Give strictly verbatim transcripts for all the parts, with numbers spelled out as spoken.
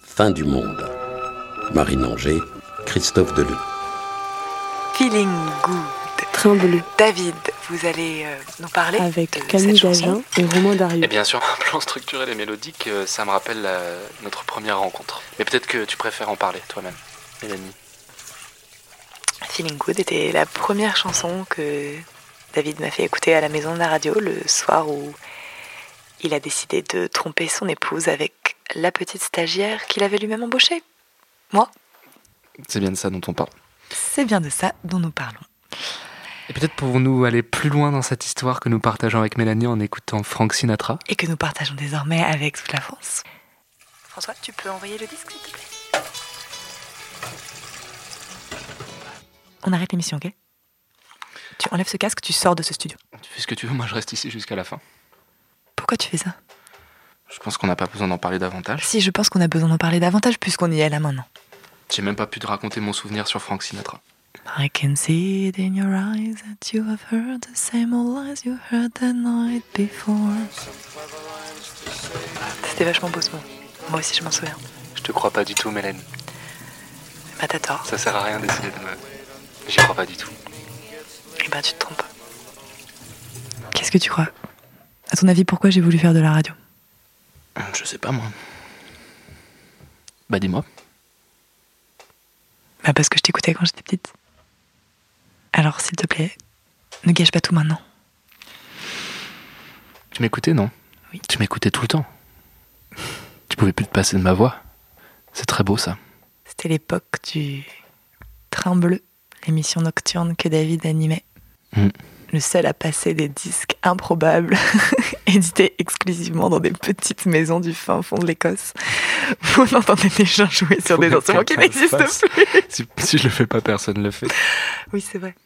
Fin du monde. Marie Nanger, Christophe Deleu. Feeling Good. Train bleu. David, vous allez euh, nous parler avec de Camille cette chanson. Dagen et Romain Dario. Et bien sûr, un plan structurel et mélodique, euh, ça me rappelle la, notre première rencontre. Mais peut-être que tu préfères en parler toi-même, Mélanie. Feeling Good était la première chanson que David m'a fait écouter à la maison de la radio le soir où il a décidé de tromper son épouse avec la petite stagiaire qu'il avait lui-même embauchée. Moi. C'est bien de ça dont on parle. C'est bien de ça dont nous parlons. Et peut-être pouvons-nous aller plus loin dans cette histoire que nous partageons avec Mélanie en écoutant Frank Sinatra. Et que nous partageons désormais avec toute la France. François, tu peux envoyer le disque, s'il te plaît ? On arrête l'émission, ok ? Tu enlèves ce casque, tu sors de ce studio. Tu fais ce que tu veux, moi je reste ici jusqu'à la fin. Pourquoi tu fais ça ? Je pense qu'on n'a pas besoin d'en parler davantage. Si, je pense qu'on a besoin d'en parler davantage puisqu'on y est là maintenant. J'ai même pas pu te raconter mon souvenir sur Frank Sinatra. I can see it in your eyes that you have heard the same old lies you heard the night before. C'était vachement beau ce mot. Moi aussi je m'en souviens. Je te crois pas du tout, Mélanie. Bah t'as tort. Ça sert à rien d'essayer de me... J'y crois pas du tout. Eh ben tu te trompes. Qu'est-ce que tu crois ? À ton avis, pourquoi j'ai voulu faire de la radio ? Je sais pas, moi. Bah dis-moi. Bah parce que je t'écoutais quand j'étais petite. Alors s'il te plaît, ne gâche pas tout maintenant. Tu m'écoutais, non ? Oui. Tu m'écoutais tout le temps. Tu pouvais plus te passer de ma voix. C'est très beau, ça. C'était l'époque du Train bleu, l'émission nocturne que David animait. Mm. Le seul à passer des disques improbables, édités exclusivement dans des petites maisons du fin fond de l'Écosse, où on entendait des gens jouer sur Faut des que instruments qui quelqu'un n'existent le fasse. plus. Si, si je le fais pas, personne le fait. Oui, c'est vrai.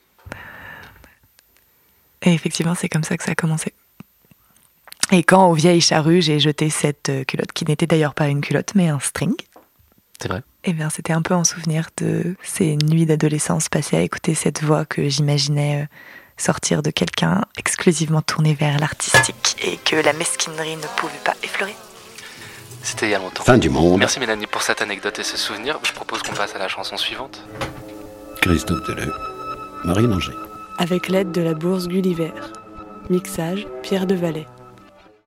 Et effectivement, c'est comme ça que ça a commencé. Et quand, aux vieilles charrues, j'ai jeté cette culotte, qui n'était d'ailleurs pas une culotte, mais un string, C'est vrai. eh bien, c'était un peu en souvenir de ces nuits d'adolescence passées à écouter cette voix que j'imaginais sortir de quelqu'un exclusivement tourné vers l'artistique et que la mesquinerie ne pouvait pas effleurer. C'était il y a longtemps. Fin du monde. Merci Mélanie pour cette anecdote et ce souvenir. Je propose qu'on passe à la chanson suivante. Christophe Deleu. Marie Nanger. Avec l'aide de la bourse Gulliver. Mixage Pierre Devalet.